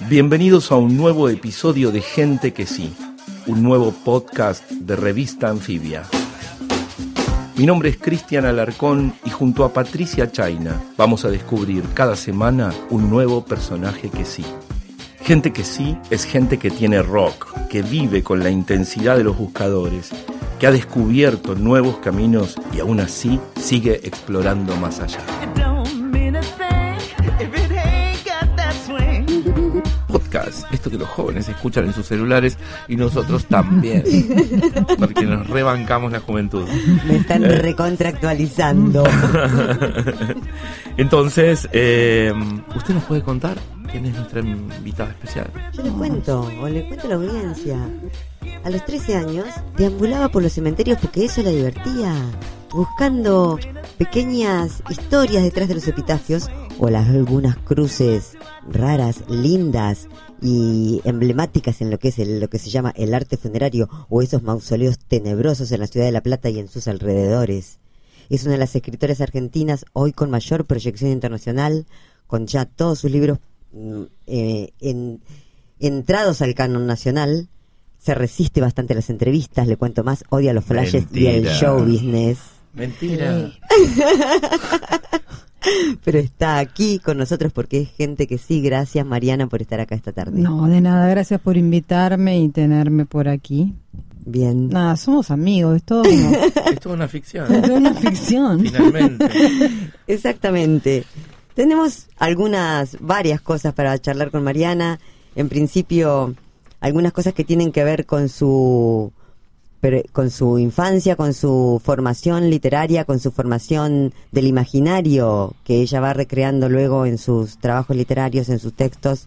Bienvenidos a un nuevo episodio de Gente que Sí, un nuevo podcast de Revista Anfibia. Mi nombre es Cristian Alarcón y junto a Patricia Chaina vamos a descubrir cada semana un nuevo personaje que sí. Gente que sí es gente que tiene rock, que vive con la intensidad de los buscadores, que ha descubierto nuevos caminos y aún así sigue explorando más allá. Podcast, esto que los jóvenes escuchan en sus celulares y nosotros también, porque nos rebancamos la juventud. Me están recontractualizando. Entonces, ¿usted nos puede contar quién es nuestra invitada especial? Yo le cuento a la audiencia. A los 13 años deambulaba por los cementerios porque eso la divertía, buscando pequeñas historias detrás de los epitafios o algunas cruces raras, lindas y emblemáticas en lo que es lo que se llama el arte funerario o esos mausoleos tenebrosos en la ciudad de La Plata y en sus alrededores. Es una de las escritoras argentinas hoy con mayor proyección internacional, con ya todos sus libros entrados al canon nacional. Se resiste bastante a las entrevistas, le cuento más, odia los flashes. Mentira. Y el show business. Mentira. Pero está aquí con nosotros porque es gente que sí. Gracias, Mariana, por estar acá esta tarde. No, de nada, gracias por invitarme y tenerme por aquí. Bien. Nada, somos amigos, es todo. Es toda una ficción. Es toda una ficción. Finalmente. Exactamente. Tenemos varias cosas para charlar con Mariana. En principio, algunas cosas que tienen que ver con su infancia, con su formación literaria, con su formación del imaginario que ella va recreando luego en sus trabajos literarios, en sus textos.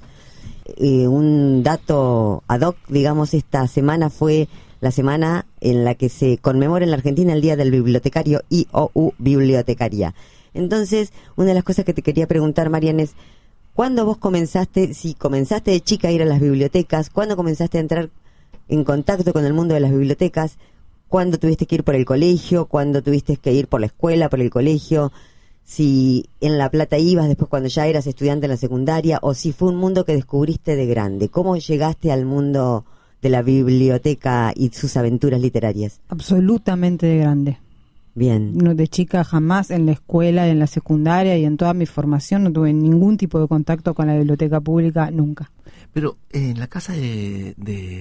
Un dato ad hoc, digamos, esta semana fue la semana en la que se conmemora en la Argentina el Día del Bibliotecario IOU Bibliotecaria. Entonces, una de las cosas que te quería preguntar, Mariana, es ¿cuándo vos comenzaste, si comenzaste de chica a ir a las bibliotecas, cuándo comenzaste a entrar en contacto con el mundo de las bibliotecas, cuándo tuviste que ir por el colegio, cuándo tuviste que ir por la escuela, por el colegio, si en La Plata ibas después cuando ya eras estudiante en la secundaria, o si fue un mundo que descubriste de grande? ¿Cómo llegaste al mundo de la biblioteca y sus aventuras literarias? Absolutamente de grande. Bien. No, de chica jamás, en la escuela, en la secundaria y en toda mi formación no tuve ningún tipo de contacto con la biblioteca pública, nunca. Pero en la casa de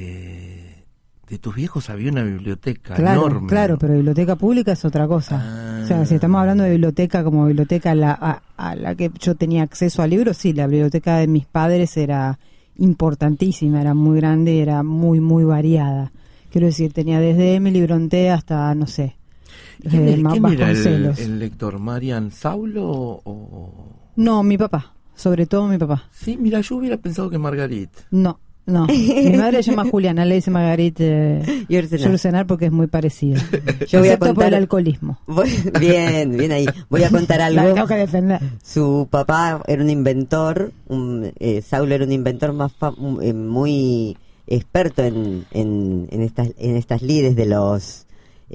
tus viejos había una biblioteca enorme. Claro, pero biblioteca pública es otra cosa. O sea, si estamos hablando de biblioteca como biblioteca a la que yo tenía acceso a libros, sí, la biblioteca de mis padres era importantísima, era muy grande, era muy, muy variada. Quiero decir, tenía desde Emily Brontë hasta, no sé, ¿Quién era el lector? ¿Marian Saulo o...? No, mi papá, sobre todo mi papá. Sí, mira, yo hubiera pensado que Margarit. No, mi madre se llama Juliana, le dice Margarit Yourcenar porque es muy parecida. Yo voy a contar por el alcoholismo. Bien ahí. Voy a contar algo. La tengo que defender. Su papá era un inventor, Saulo era un inventor muy experto en estas lides de los...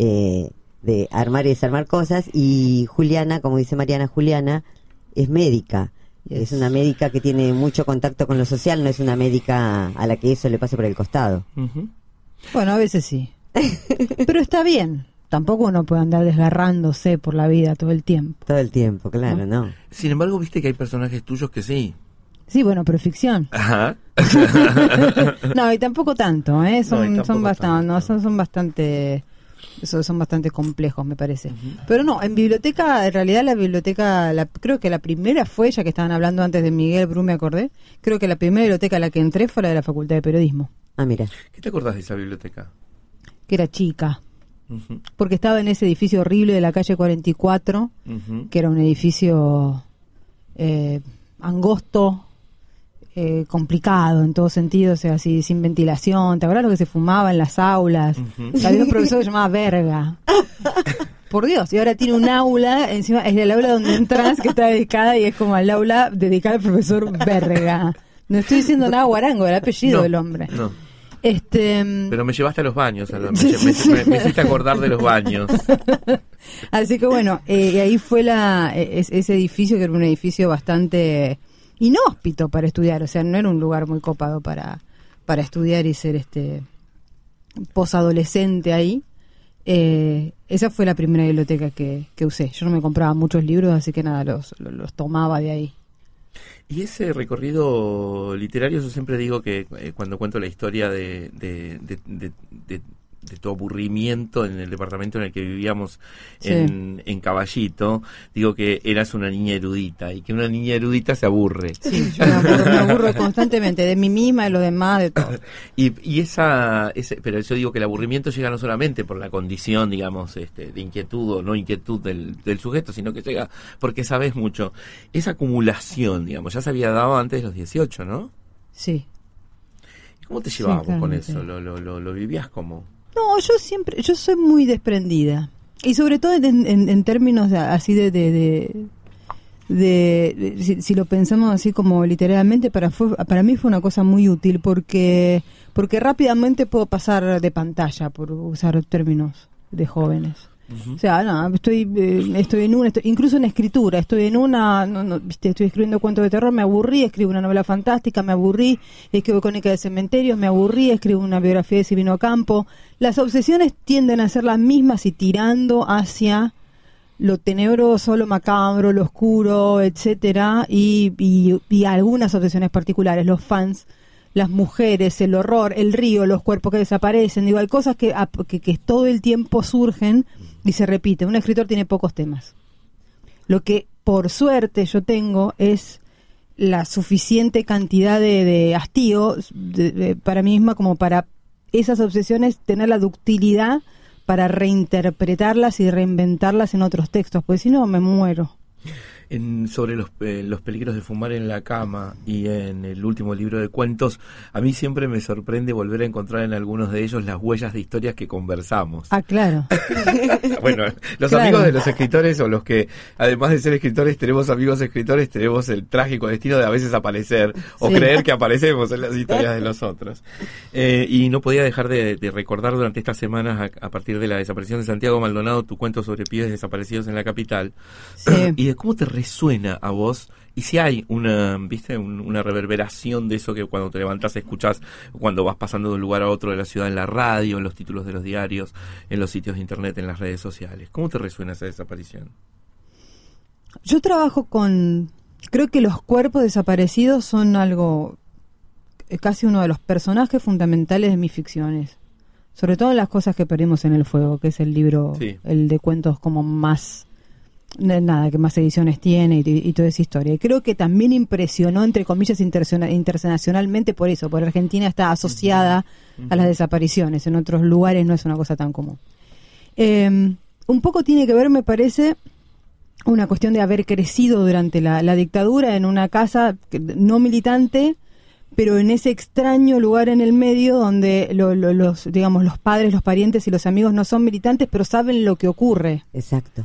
de armar y desarmar cosas, y Juliana, como dice Mariana, Juliana es médica. Yes. Es una médica que tiene mucho contacto con lo social, no es una médica a la que eso le pase por el costado. Uh-huh. Bueno, a veces sí. Pero está bien. Tampoco uno puede andar desgarrándose por la vida todo el tiempo. Todo el tiempo, claro, ¿no? Sin embargo, viste que hay personajes tuyos que sí. Sí, bueno, pero ficción. Ajá. No, y tampoco tanto, ¿eh? Son bastante complejos, me parece. Uh-huh. Pero no, en biblioteca, en realidad creo que la primera fue, ya que estaban hablando antes de Miguel Bru, me acordé, creo que la primera biblioteca a la que entré fue la de la Facultad de Periodismo. Ah, mira. ¿Qué te acordás de esa biblioteca? Que era chica. Uh-huh. Porque estaba en ese edificio horrible de la calle 44, uh-huh, que era un edificio angosto, complicado en todo sentido, o sea, así sin ventilación. ¿Te acuerdas lo que se fumaba en las aulas? Uh-huh. Había un profesor que se llamaba Verga. Por Dios, y ahora tiene un aula, encima es el aula donde entras, que está dedicada y es como el aula dedicada al profesor Verga. No estoy diciendo nada guarango, el apellido del hombre. No. Pero me llevaste a los baños, me hiciste acordar de los baños. Así que bueno, ahí fue ese edificio, que era un edificio bastante inhóspito para estudiar, o sea, no era un lugar muy copado para estudiar y ser posadolescente ahí. Esa fue la primera biblioteca que usé. Yo no me compraba muchos libros, así que nada, los tomaba de ahí. Y ese recorrido literario, yo siempre digo que cuando cuento la historia de tu aburrimiento en el departamento en el que vivíamos en Caballito, digo que eras una niña erudita y que una niña erudita se aburre. Sí, yo me aburro constantemente de mí misma, de lo demás, de todo. Pero yo digo que el aburrimiento llega no solamente por la condición, digamos, de inquietud o no inquietud del sujeto, sino que llega porque sabes mucho. Esa acumulación, digamos, ya se había dado antes de los 18, ¿no? Sí. ¿Y cómo te llevabas con eso? ¿Lo vivías como? No, yo soy muy desprendida. Y sobre todo en términos así si lo pensamos así como literalmente, para mí fue una cosa muy útil porque rápidamente puedo pasar de pantalla, por usar términos de jóvenes. Uh-huh. O sea, no, estoy incluso en escritura, estoy escribiendo cuentos de terror, me aburrí, escribo una novela fantástica, me aburrí, escribo Crónica de Cementerios, me aburrí, escribo una biografía de Silvino Campo. Las obsesiones tienden a ser las mismas y tirando hacia lo tenebroso, lo macabro, lo oscuro, etcétera, y algunas obsesiones particulares, los fans, las mujeres, el horror, el río, los cuerpos que desaparecen. Digo, hay cosas que todo el tiempo surgen y se repiten. Un escritor tiene pocos temas. Lo que, por suerte, yo tengo es la suficiente cantidad de hastío para mí misma como para esas obsesiones tener la ductilidad para reinterpretarlas y reinventarlas en otros textos, porque si no me muero. Sobre los peligros de fumar en la cama y en el último libro de cuentos, a mí siempre me sorprende volver a encontrar en algunos de ellos las huellas de historias que conversamos. Ah, claro. Bueno, los amigos de los escritores, o los que además de ser escritores tenemos amigos escritores, tenemos el trágico destino de a veces aparecer o creer que aparecemos en las historias de los otros. Y no podía dejar de recordar durante estas semanas, a partir de la desaparición de Santiago Maldonado, tu cuento sobre pibes desaparecidos en la capital. Sí. Y de cómo te resuena a vos, y si hay una reverberación de eso que cuando te levantás escuchás, cuando vas pasando de un lugar a otro de la ciudad, en la radio, en los títulos de los diarios, en los sitios de internet, en las redes sociales. ¿Cómo te resuena esa desaparición? Yo trabajo creo que los cuerpos desaparecidos son casi uno de los personajes fundamentales de mis ficciones, sobre todo en Las cosas que perdimos en el fuego, que es el libro, el de cuentos como más que más ediciones tiene y toda esa historia. Y creo que también impresionó, entre comillas, internacionalmente por eso, porque Argentina está asociada a las desapariciones, en otros lugares no es una cosa tan común. Un poco tiene que ver, me parece, una cuestión de haber crecido durante la dictadura en una casa no militante, pero en ese extraño lugar en el medio donde los padres, los parientes y los amigos no son militantes, pero saben lo que ocurre. Exacto.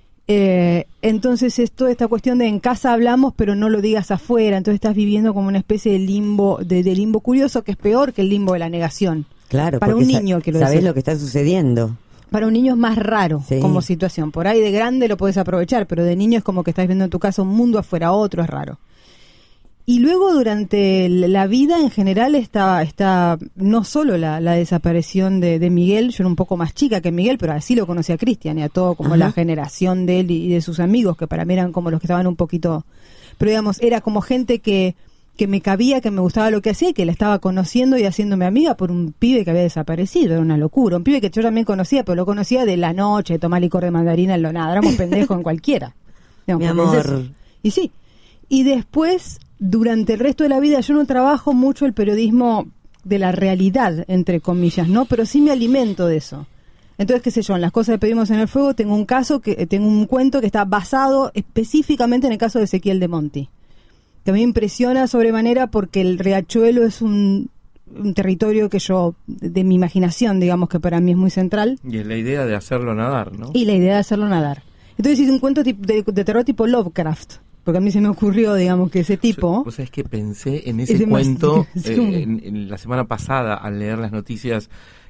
Entonces esta cuestión de en casa hablamos pero no lo digas afuera, entonces estás viviendo como una especie de limbo de limbo curioso, que es peor que el limbo de la negación. Claro, para un niño, quiero decir. Sabés lo que está sucediendo. Para un niño es más raro como situación. Por ahí de grande lo puedes aprovechar, pero de niño es como que estás viendo en tu casa un mundo afuera, otro, es raro. Y luego durante la vida en general está no solo la desaparición de Miguel. Yo era un poco más chica que Miguel, pero así lo conocí a Cristian y a todo como la generación de él y de sus amigos, que para mí eran como los que estaban un poquito, pero digamos, era como gente que me cabía, que me gustaba lo que hacía y que la estaba conociendo y haciéndome amiga por un pibe que había desaparecido. Era una locura, un pibe que yo también conocía, pero lo conocía de la noche, de tomar licor de mandarina en lo nada, éramos pendejos en cualquiera. Digamos, mi amor. Y sí, y después, durante el resto de la vida, yo no trabajo mucho el periodismo de la realidad, entre comillas, ¿no? Pero sí me alimento de eso. Entonces, qué sé yo, en Las cosas que pedimos en el fuego tengo un cuento que está basado específicamente en el caso de Ezequiel de Monti, que a mí me impresiona sobremanera porque el Riachuelo es un territorio que de mi imaginación, digamos, que para mí es muy central. Y es la idea de hacerlo nadar, ¿no? Y la idea de hacerlo nadar. Entonces hice un cuento de terror tipo Lovecraft, porque a mí se me ocurrió, digamos, que ese tipo... Vos sabés que pensé en ese cuento en la semana pasada al leer las noticias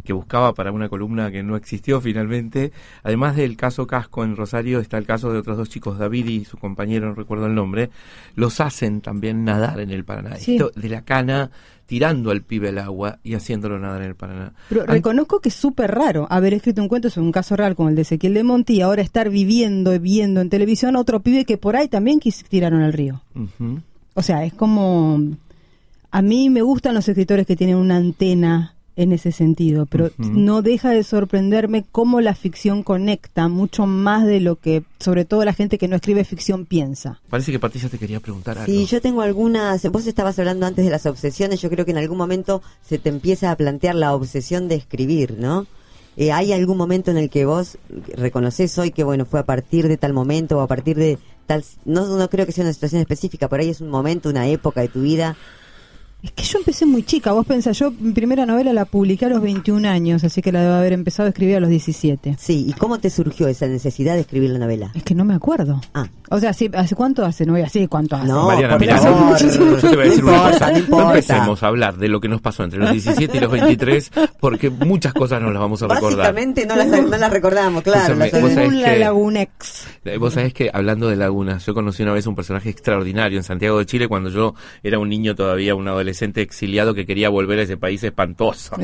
que buscaba para una columna que no existió finalmente. Además del caso Casco en Rosario, está el caso de otros 2 chicos, David y su compañero, no recuerdo el nombre. Los hacen también nadar en el Paraná. Sí. Esto de la cana, tirando al pibe al agua y haciéndolo nadar en el Paraná. Pero reconozco que es súper raro haber escrito un cuento sobre un caso real como el de Ezequiel de Monti y ahora estar viendo en televisión a otro pibe que por ahí también tiraron al río. Uh-huh. O sea, es como... A mí me gustan los escritores que tienen una antena en ese sentido, pero no deja de sorprenderme cómo la ficción conecta mucho más de lo que, sobre todo la gente que no escribe ficción, piensa. Parece que Patricia te quería preguntar algo. Sí, yo tengo algunas... Vos estabas hablando antes de las obsesiones, yo creo que en algún momento se te empieza a plantear la obsesión de escribir, ¿no? ¿Hay algún momento en el que vos reconocés hoy que, bueno, fue a partir de tal momento o a partir de tal... No creo que sea una situación específica, por ahí es un momento, una época de tu vida... Es que yo empecé muy chica, vos pensás, yo mi primera novela la publiqué a los 21 años, así que la debo haber empezado a escribir a los 17. Sí, ¿y cómo te surgió esa necesidad de escribir la novela? Es que no me acuerdo. Ah. O sea, sí, ¿hace cuánto hace? No voy a decir cuánto hace. No, Mariana, por mira, favor. yo te voy a decir No una importa, cosa. no importa. No empecemos a hablar de lo que nos pasó entre los 17 y los 23, porque muchas cosas no las vamos a recordar. Básicamente no las recordamos, claro. Escúchame, vos sabés Según la que- Lagunex. Vos sabés que, hablando de lagunas, yo conocí una vez un personaje extraordinario en Santiago de Chile cuando yo era un niño todavía, un adolescente exiliado que quería volver a ese país espantoso.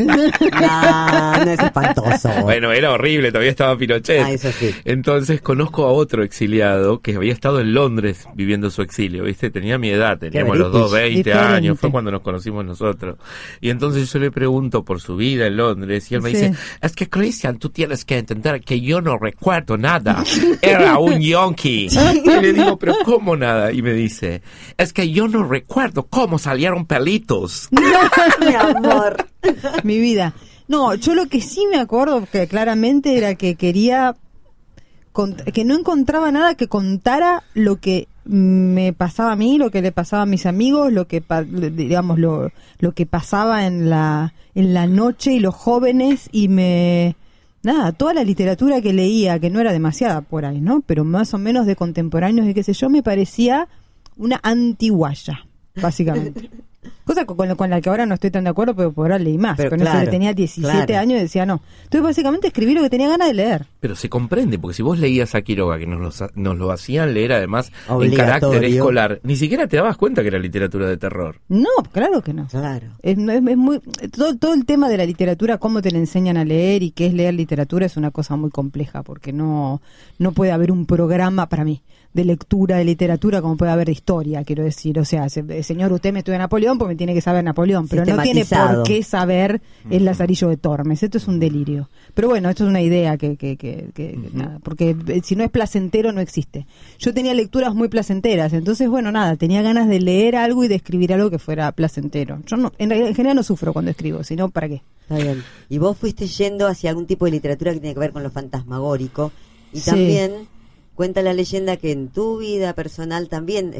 No es espantoso. Bueno, era horrible, todavía estaba Pinochet. Ah, eso sí. Entonces conozco a otro exiliado que había estado en Londres viviendo su exilio, ¿viste? Tenía mi edad, teníamos los dos 20 Diferente. años, fue cuando nos conocimos nosotros. Y entonces yo le pregunto por su vida en Londres y él me Sí. dice, es que Cristian, tú tienes que entender que yo no recuerdo nada, era un yonki. Y le digo, pero ¿cómo nada? Y me dice, es que yo no recuerdo cómo salieron pelitos. Mi amor. Mi vida. No, yo lo que sí me acuerdo que claramente era que quería que no encontraba nada que contara lo que me pasaba a mí, lo que le pasaba a mis amigos, lo que digamos lo que pasaba en la noche y los jóvenes y nada, toda la literatura que leía, que no era demasiada por ahí, ¿no? Pero más o menos de contemporáneos y qué sé yo, me parecía una antiguaya, básicamente. Cosa con la que ahora no estoy tan de acuerdo, pero por ahora leí más. Pero no sé, tenía 17 años y decía no. Entonces básicamente escribí lo que tenía ganas de leer. Pero se comprende, porque si vos leías a Quiroga, que nos lo hacían leer además en carácter Obligatorio. escolar, ni siquiera te dabas cuenta que era literatura de terror. No, claro que no. Claro. Es muy todo el tema de la literatura, cómo te la enseñan a leer y qué es leer literatura es una cosa muy compleja, porque no puede haber un programa para mí de lectura de literatura como puede haber de historia, quiero decir. O sea, señor, usted me estudia Napoleón, pues me tiene que saber Napoleón, pero no tiene por qué saber el Lazarillo de Tormes. Esto es un delirio. Pero bueno, esto es una idea que nada, porque si no es placentero no existe. Yo tenía lecturas muy placenteras, entonces bueno, nada, tenía ganas de leer algo y de escribir algo que fuera placentero. Yo no, en general no sufro cuando escribo, sino ¿para qué? Está bien. Y vos fuiste yendo hacia algún tipo de literatura que tiene que ver con lo fantasmagórico. Y Sí. también cuenta la leyenda que en tu vida personal también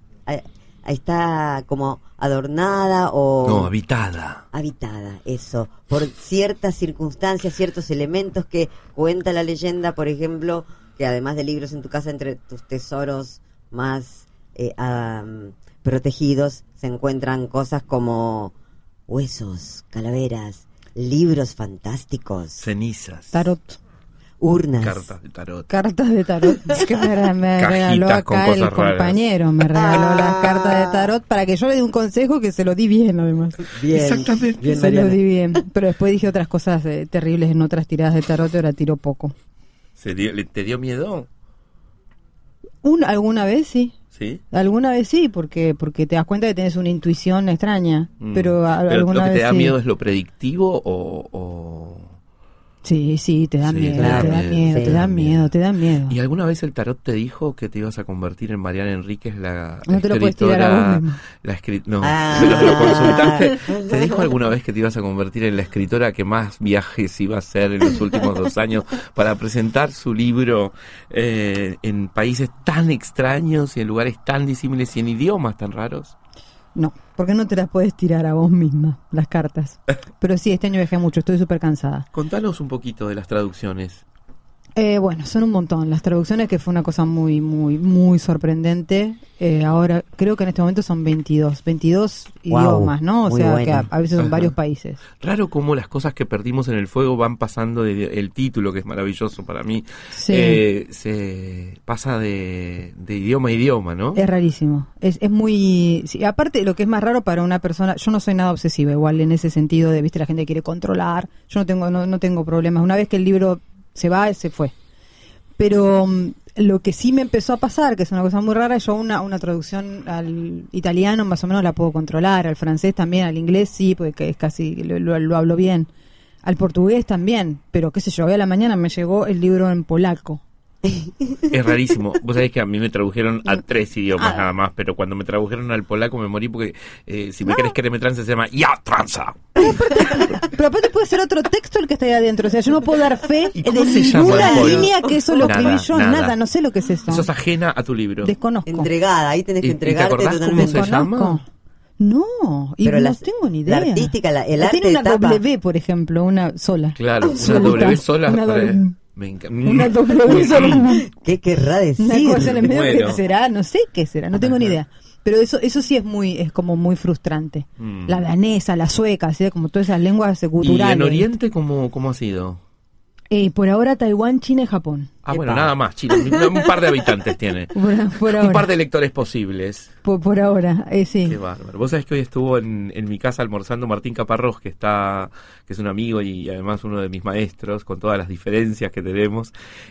está como adornada o... No, habitada. Habitada, eso, por ciertas circunstancias, ciertos elementos que cuenta la leyenda, por ejemplo, que además de libros en tu casa, entre tus tesoros más protegidos, se encuentran cosas como huesos, calaveras, libros fantásticos, Cenizas. Tarot. urnas. Cartas de tarot. Cartas de tarot. Es que me regaló Cajitas con acá el cosas raras. compañero, me regaló las cartas de tarot para que yo le dé un consejo que se lo di bien, además. Bien, Exactamente. bien, Se lo Mariana. di bien. Pero después dije otras cosas terribles en otras tiradas de tarot y ahora tiro poco. ¿Te dio miedo? Alguna vez sí. ¿Sí? Alguna vez sí, porque te das cuenta que tenés una intuición extraña. Pero alguna lo que vez te da sí. miedo es lo predictivo o... Sí, te da Sí, miedo, claro, te da miedo, sí, te da miedo, te da miedo. ¿Y alguna vez el tarot te dijo que te ibas a convertir en Mariana Enríquez, la No te lo puedes tirar a vos mismo. No, Ah. pero lo consultaste. ¿Te dijo alguna vez que te ibas a convertir en la escritora que más viajes iba a hacer en los últimos 2 años para presentar su libro en países tan extraños y en lugares tan disímiles y en idiomas tan raros? No, porque no te las puedes tirar a vos misma, las cartas. Pero sí, este año viajé mucho, estoy súper cansada. Contanos un poquito de las traducciones. Bueno, son un montón. Las traducciones, que fue una cosa muy, muy, muy sorprendente. Ahora creo que en este momento son 22 Wow, idiomas, ¿no? O muy sea, bueno. que a veces son varios países. Raro cómo las cosas que perdimos en el fuego van pasando el título, que es maravilloso para mí, Sí. se pasa de idioma a idioma, ¿no? Es rarísimo. Es muy... Sí, aparte, lo que es más raro para una persona... Yo no soy nada obsesiva, igual en ese sentido de, viste, la gente quiere controlar. Yo no tengo problemas. Una vez que el libro se va, se fue. Pero lo que sí me empezó a pasar, que es una cosa muy rara, yo una traducción al italiano más o menos la puedo controlar, al francés también, al inglés sí, porque es casi lo hablo bien, al portugués también, pero qué sé yo, hoy a la mañana me llegó el libro en polaco. Es rarísimo. Vos sabés que a mí me tradujeron a 3 idiomas nada más, pero cuando me tradujeron al polaco me morí porque si me querés que me tranza se llama Ya Tranza. Pero aparte puede ser otro texto el que está ahí adentro, o sea, yo no puedo dar fe ¿Y de cómo se llama ninguna el polaco? línea que eso lo Nada, escribí yo, nada. nada, no sé lo que es eso. Sos ajena a tu libro. Desconozco. Entregada, ahí tenés que ¿Y te entregarte acordás cómo totalmente. se llama? Desconozco. No, y Pero no la- tengo ni idea. la artística, el arte tiene una tapa. W, por ejemplo, una sola. Claro, una Solita. W sola. Una doble- Me encanta. Una W sola. ¿Qué querrá decir? Una cosa en el medio Bueno. que será, no sé qué será, no tengo ni idea. Pero eso sí es como muy frustrante. Mm. La danesa, la sueca, así como todas esas lenguas ¿Y culturales. en Oriente cómo ha sido? Por ahora Taiwán, China y Japón. Ah, bueno, Epa. nada más, Chile. Un par de habitantes tiene. Por Un ahora. par de lectores posibles. Por ahora, sí. Qué bárbaro. Vos sabés que hoy estuvo en mi casa almorzando Martín Caparrós, que es un amigo y además uno de mis maestros, con todas las diferencias que tenemos,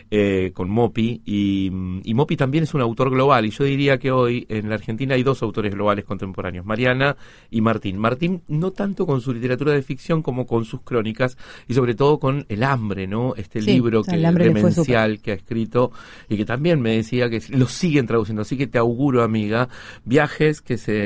con Mopi. Y Mopi también es un autor global. Y yo diría que hoy en la Argentina hay 2 autores globales contemporáneos, Mariana y Martín. Martín no tanto con su literatura de ficción como con sus crónicas y sobre todo con El hambre, ¿no? Este Sí, libro o sea, El hambre le fue demencial que ha escrito y que también me decía que lo siguen traduciendo, así que te auguro, amiga, viajes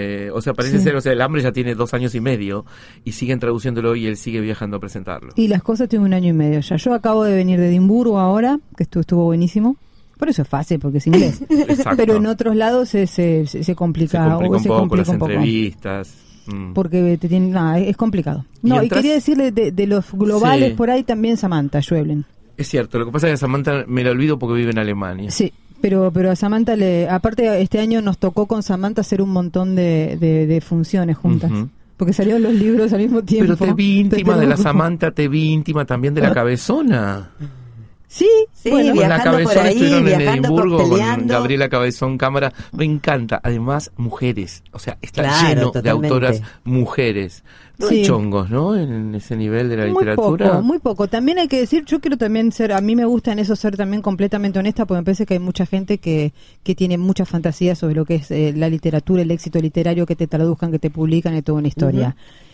parece Sí. ser, El hambre ya tiene 2 años y medio y siguen traduciéndolo y él sigue viajando a presentarlo. Y las cosas tienen 1 año y medio ya. Yo acabo de venir de Edimburgo ahora, que estuvo buenísimo. Por eso es fácil, porque es inglés. Exacto. Pero en otros lados se complica. se complica o un poco las un poco. entrevistas. Porque es complicado. ¿Y No, y entras? quería decirle de los globales Sí. por ahí también Samantha Schweblin. Es cierto, lo que pasa es que Samantha me la olvido porque vive en Alemania. Sí, pero a Samantha aparte este año nos tocó con Samantha hacer un montón de funciones juntas. Ujú. Porque salieron los libros al mismo tiempo. Pero te vi íntima Te de la loco. Samantha, te vi íntima también de la Cabezona. Sí, Sí, bueno, Con la viajando por Cabezón ahí, estuvieron en viajando, Edimburgo con cocteleando. Gabriela Cabezón Cámara. Me encanta. Además, mujeres. O sea, está Claro, lleno de totalmente. autoras mujeres. No hay Sí. chongos, ¿no? En ese nivel de la muy literatura. poco, muy poco. También hay que decir, yo quiero también a mí me gusta en eso ser también completamente honesta, porque me parece que hay mucha gente que tiene mucha fantasía sobre lo que es la literatura, el éxito literario, que te traduzcan, que te publican y toda una historia.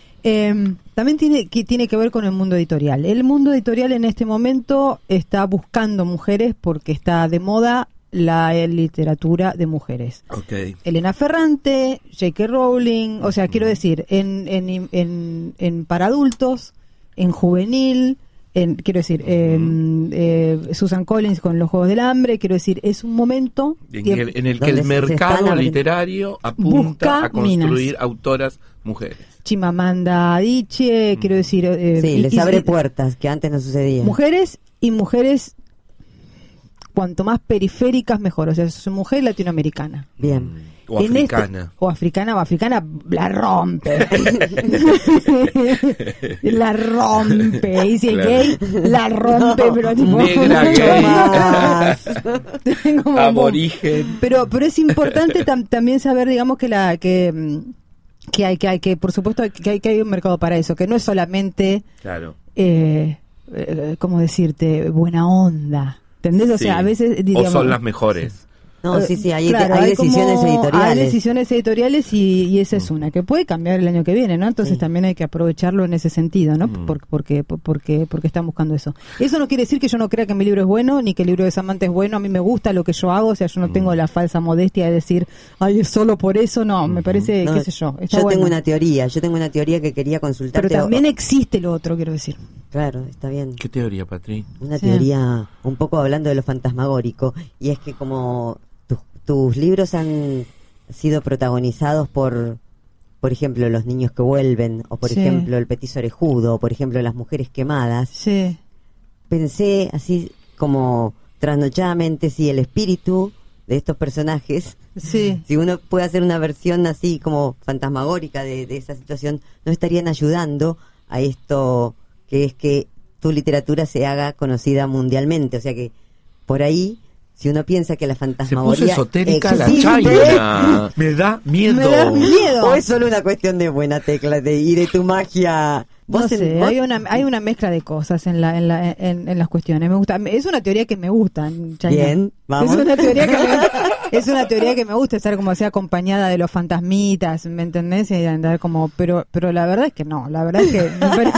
También tiene que ver con el mundo editorial. El mundo editorial en este momento está buscando mujeres porque está de moda la literatura de mujeres. Ok. Elena Ferrante, J.K. Rowling, o sea, quiero decir, en para adultos, en juvenil, quiero decir, Susan Collins con Los Juegos del Hambre, quiero decir, es un momento En el que el donde se mercado están abriendo. literario apunta Busca a construir minas. autoras mujeres. Chimamanda Adichie, quiero decir, Sí, les abre puertas, que antes no sucedía. mujeres y mujeres cuanto más periféricas mejor, o sea, es una mujer latinoamericana. Bien. O En africana. o africana la rompe. La rompe. Y si es Claro. gay, la rompe, pero tipo, Negra, mucho gay. más. Como- Aborigen. pero es importante también saber, digamos, que hay que por supuesto que hay un mercado para eso, que no es solamente ¿cómo decirte? Buena onda. ¿Entendés? O Sí. sea, a veces O digamos, son las mejores. No, sí, hay, claro, hay decisiones como- editoriales. Hay decisiones editoriales y esa es una que puede cambiar el año que viene, ¿no? Entonces también hay que aprovecharlo en ese sentido, ¿no? Porque están buscando eso. Eso no quiere decir que yo no crea que mi libro es bueno, ni que el libro de Samantha es bueno. A mí me gusta lo que yo hago, o sea, yo no tengo la falsa modestia de decir, ay, es solo por eso. No, me parece, No, qué sé yo. Está yo bueno. tengo una teoría que quería consultarte. Pero también existe lo otro, quiero decir. Claro, está bien. ¿Qué teoría, Patri? Una Sí. teoría un poco hablando de lo fantasmagórico, y es que como tus libros han sido protagonizados por ejemplo, los niños que vuelven, o por Sí. ejemplo, el petiso orejudo, o por ejemplo, las mujeres quemadas, Sí. pensé así como trasnochadamente si el espíritu de estos personajes, Sí. si uno puede hacer una versión así como fantasmagórica de esa situación, no estarían ayudando a esto que es que tu literatura se haga conocida mundialmente. O sea que por ahí, si uno piensa que la Se fantasmagoría puso esotérica la existe, China. Me da miedo. Me da miedo. o es solo una cuestión de buena tecla y de tu magia. No Vos sé, vos- hay una mezcla de cosas en las cuestiones. Me gusta, es una teoría que me gusta. China. Bien, vamos. Es una teoría que es una teoría que me gusta, estar como así acompañada de los fantasmitas, ¿me entendés? Y andar como, pero la verdad es que no, la verdad es que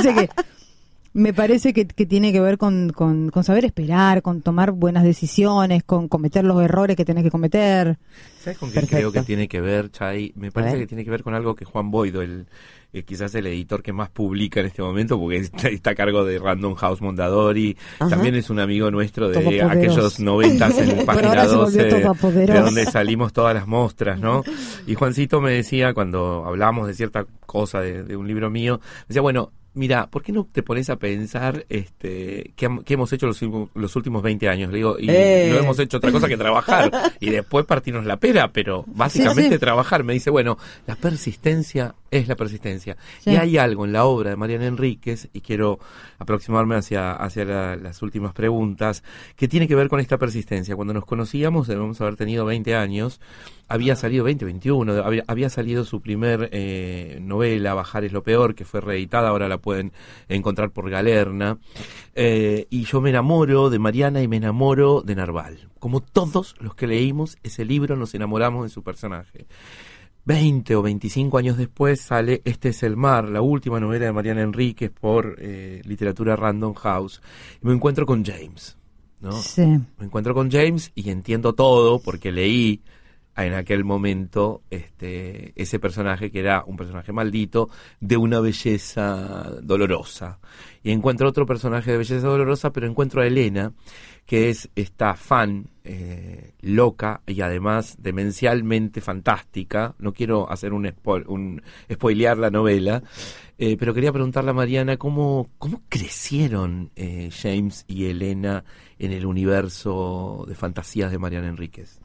me parece que tiene que ver con saber esperar, con tomar buenas decisiones, con cometer los errores que tenés que cometer. ¿Sabes con qué Perfecto. creo que tiene que ver, Chay? Me parece ver. que tiene que ver con algo que Juan Boido, quizás el editor que más publica en este momento, porque está a cargo de Random House Mondadori, Ajá. también es un amigo nuestro de Todopoderoso. aquellos 90s en Pero página ahora se volvió 12, todopoderoso. de donde salimos todas las mostras, ¿no? Y Juancito me decía, cuando hablábamos de cierta cosa de un libro mío, me decía, bueno, mira, ¿por qué no te pones a pensar qué hemos hecho los últimos 20 años? Le digo, y no hemos hecho otra cosa que trabajar y después partirnos la pera, pero básicamente Sí. trabajar. Me dice, bueno, la persistencia es la persistencia. Sí. Y hay algo en la obra de Mariana Enríquez, y quiero aproximarme hacia las últimas preguntas, que tiene que ver con esta persistencia. Cuando nos conocíamos, debemos haber tenido 20 años, había salido 21, había salido su primer novela, Bajar es lo peor, que fue reeditada, ahora la pueden encontrar por Galerna, y yo me enamoro de Mariana y me enamoro de Narval. Como todos los que leímos ese libro, nos enamoramos de su personaje. 20 o 25 años después sale Este es el mar, la última novela de Mariana Enríquez por Literatura Random House, y me encuentro con James, ¿no? Sí. Me encuentro con James y entiendo todo porque leí en aquel momento ese personaje que era un personaje maldito de una belleza dolorosa. Y encuentro otro personaje de belleza dolorosa, pero encuentro a Elena, que es esta fan loca y además demencialmente fantástica. No quiero hacer spoilear la novela, pero quería preguntarle a Mariana cómo crecieron James y Elena en el universo de fantasías de Mariana Enríquez.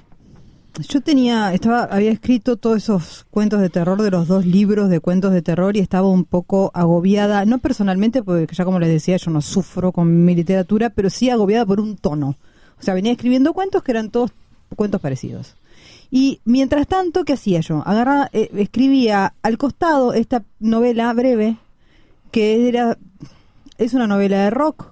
Yo había escrito todos esos cuentos de terror de los 2 libros de cuentos de terror y estaba un poco agobiada, no personalmente, porque ya como les decía, yo no sufro con mi literatura, pero sí agobiada por un tono. O sea, venía escribiendo cuentos que eran todos cuentos parecidos. Y mientras tanto, ¿qué hacía yo? Escribía al costado esta novela breve, que es una novela de rock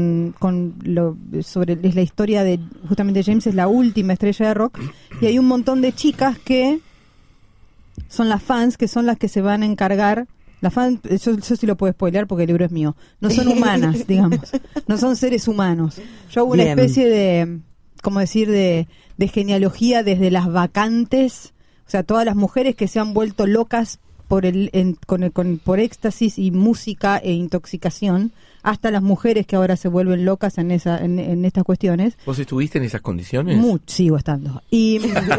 es la historia de justamente James, es la última estrella de rock, y hay un montón de chicas que son las fans, que son las que se van a encargar. Las fans, yo sí lo puedo spoilear porque el libro es mío. No son humanas, digamos. No son seres humanos. Yo hago una Bien. especie de, ¿cómo decir?, de genealogía desde las vacantes, o sea, todas las mujeres que se han vuelto locas por éxtasis y música e intoxicación, hasta las mujeres que ahora se vuelven locas en estas cuestiones. ¿Vos estuviste en esas condiciones? Sigo estando. Y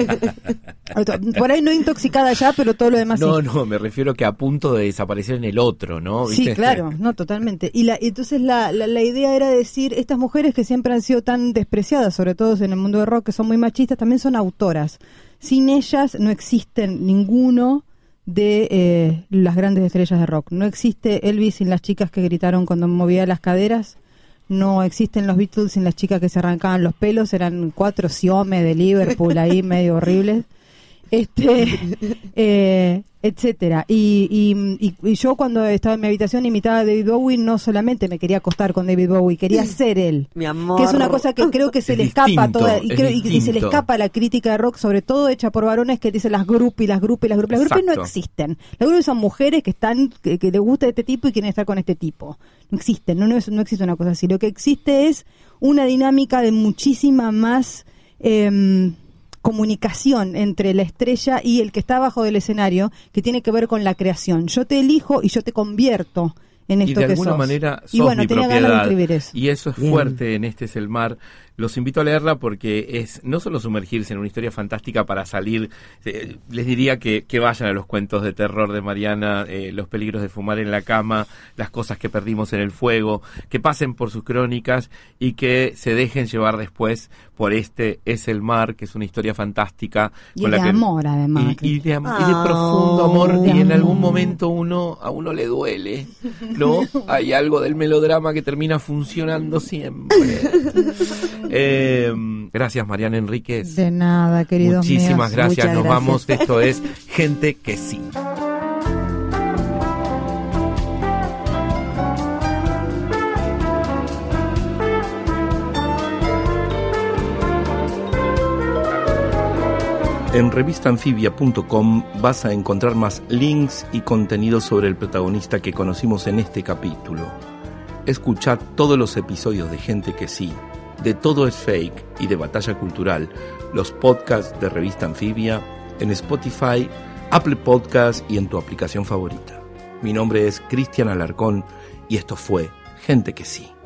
por ahí no intoxicada ya, pero todo lo demás sí. No, me refiero que a punto de desaparecer en el otro, ¿no? Sí, ¿Viste? claro, no, totalmente. Y entonces la idea era decir, estas mujeres que siempre han sido tan despreciadas, sobre todo en el mundo del rock, que son muy machistas, también son autoras. Sin ellas no existen ninguno de las grandes estrellas de rock. No existe Elvis sin las chicas que gritaron cuando movía las caderas. No existen los Beatles sin las chicas que se arrancaban los pelos. Eran 4 Siome de Liverpool ahí medio horribles. Etcétera. Y yo cuando estaba en mi habitación imitaba a David Bowie, no solamente me quería acostar con David Bowie, quería ser él. Mi amor. Que es una cosa que creo que se Es le escapa distinto, toda, es y se le distinto. escapa a la crítica de rock, sobre todo hecha por varones que dicen las groupies. Las groupies no Exacto. existen. Las groupies son mujeres que les gusta este tipo y quieren estar con este tipo. No existen, no existe una cosa así. Lo que existe es una dinámica de muchísima más comunicación entre la estrella y el que está abajo del escenario, que tiene que ver con la creación. Yo te elijo y yo te convierto en esto Y de que alguna sos. manera sos Y bueno, mi tenía propiedad. ganas de escribir eso. Y eso es Bien. fuerte en Este es el mar. Los invito a leerla porque es no solo sumergirse en una historia fantástica para salir, les diría que vayan a los cuentos de terror de Mariana, Los peligros de fumar en la cama, Las cosas que perdimos en el fuego, que pasen por sus crónicas y que se dejen llevar después por Este es el mar, que es una historia fantástica. Y con de amor, además. Y de profundo amor, y en algún momento a uno le duele, ¿no? Hay algo del melodrama que termina funcionando siempre. Gracias, Mariana Enríquez. De nada, queridos míos. Muchísimas gracias. Muchas Nos gracias. vamos. Esto es Gente que sí. En revistanfibia.com vas a encontrar más links y contenido sobre el protagonista que conocimos en este capítulo. Escuchad todos los episodios de Gente que sí, de Todo es Fake y de Batalla Cultural, los podcasts de Revista Anfibia, en Spotify, Apple Podcasts y en tu aplicación favorita. Mi nombre es Cristian Alarcón y esto fue Gente que sí.